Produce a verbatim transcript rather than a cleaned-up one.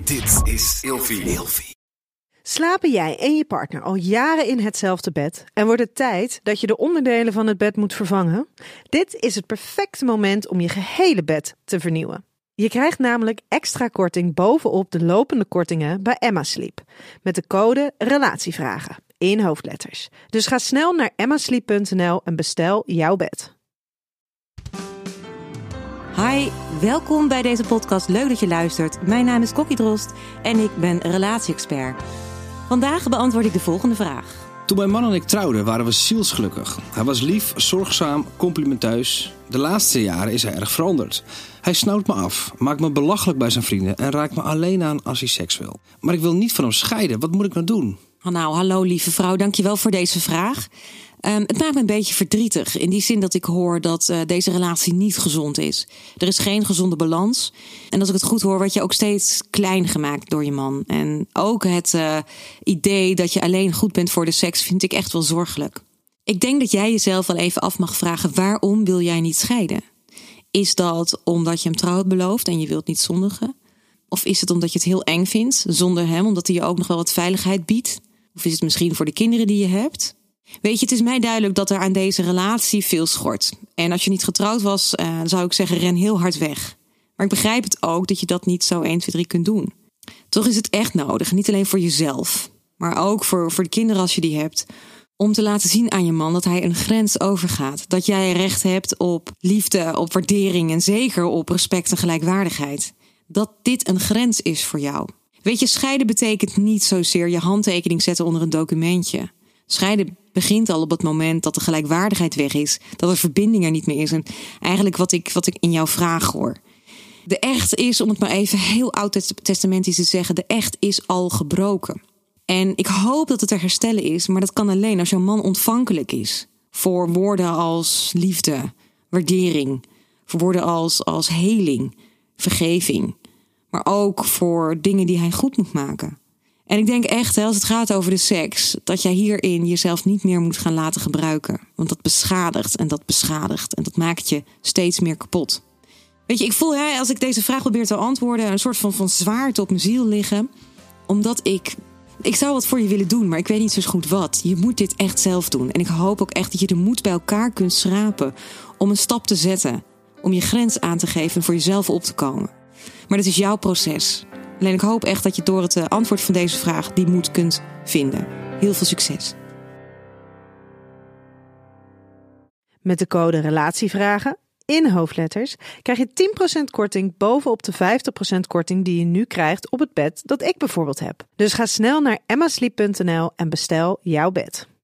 Dit is Ilfie. Slapen jij en je partner al jaren in hetzelfde bed en wordt het tijd dat je de onderdelen van het bed moet vervangen? Dit is het perfecte moment om je gehele bed te vernieuwen. Je krijgt namelijk extra korting bovenop de lopende kortingen bij Emma Sleep. Met de code RELATIEVRAGEN in hoofdletters. Dus ga snel naar emma sleep punt n l en bestel jouw bed. Hi, welkom bij deze podcast. Leuk dat je luistert. Mijn naam is Kokkie Drost en ik ben relatie-expert. Vandaag beantwoord ik de volgende vraag. Toen mijn man en ik trouwden waren we zielsgelukkig. Hij was lief, zorgzaam, complimenteus. De laatste jaren is hij erg veranderd. Hij snauwt me af, maakt me belachelijk bij zijn vrienden en raakt me alleen aan als hij seks wil. Maar ik wil niet van hem scheiden. Wat moet ik nou doen? Nou, hallo lieve vrouw, dankjewel voor deze vraag. Um, het maakt me een beetje verdrietig in die zin dat ik hoor dat uh, deze relatie niet gezond is. Er is geen gezonde balans. En als ik het goed hoor, word je ook steeds klein gemaakt door je man. En ook het uh, idee dat je alleen goed bent voor de seks vind ik echt wel zorgelijk. Ik denk dat jij jezelf al even af mag vragen, waarom wil jij niet scheiden? Is dat omdat je hem trouw hebt beloofd en je wilt niet zondigen? Of is het omdat je het heel eng vindt zonder hem, omdat hij je ook nog wel wat veiligheid biedt? Of is het misschien voor de kinderen die je hebt? Weet je, het is mij duidelijk dat er aan deze relatie veel schort. En als je niet getrouwd was, uh, zou ik zeggen, ren heel hard weg. Maar ik begrijp het ook dat je dat niet zo één, twee, drie kunt doen. Toch is het echt nodig, niet alleen voor jezelf, maar ook voor, voor de kinderen als je die hebt, om te laten zien aan je man dat hij een grens overgaat. Dat jij recht hebt op liefde, op waardering en zeker op respect en gelijkwaardigheid. Dat dit een grens is voor jou. Weet je, scheiden betekent niet zozeer je handtekening zetten onder een documentje. Scheiden begint al op het moment dat de gelijkwaardigheid weg is, dat de verbinding er niet meer is. En eigenlijk wat ik, wat ik in jouw vraag hoor. De echt is, om het maar even heel oud-testamentisch te zeggen, de echt is al gebroken. En ik hoop dat het te herstellen is, maar dat kan alleen als jouw man ontvankelijk is voor woorden als liefde, waardering, voor woorden als, als heling, vergeving, maar ook voor dingen die hij goed moet maken. En ik denk echt, als het gaat over de seks, dat jij hierin jezelf niet meer moet gaan laten gebruiken. Want dat beschadigt en dat beschadigt en dat maakt je steeds meer kapot. Weet je, ik voel, hè, als ik deze vraag probeer te antwoorden, een soort van, van zwaarte op mijn ziel liggen. Omdat ik, ik zou wat voor je willen doen, maar ik weet niet zo goed wat. Je moet dit echt zelf doen. En ik hoop ook echt dat je de moed bij elkaar kunt schrapen om een stap te zetten. Om je grens aan te geven en voor jezelf op te komen. Maar dat is jouw proces. Alleen ik hoop echt dat je door het antwoord van deze vraag die moed kunt vinden. Heel veel succes. Met de code RELATIEVRAGEN in hoofdletters krijg je tien procent korting bovenop de vijftig procent korting die je nu krijgt op het bed dat ik bijvoorbeeld heb. Dus ga snel naar emma sleep punt n l en bestel jouw bed.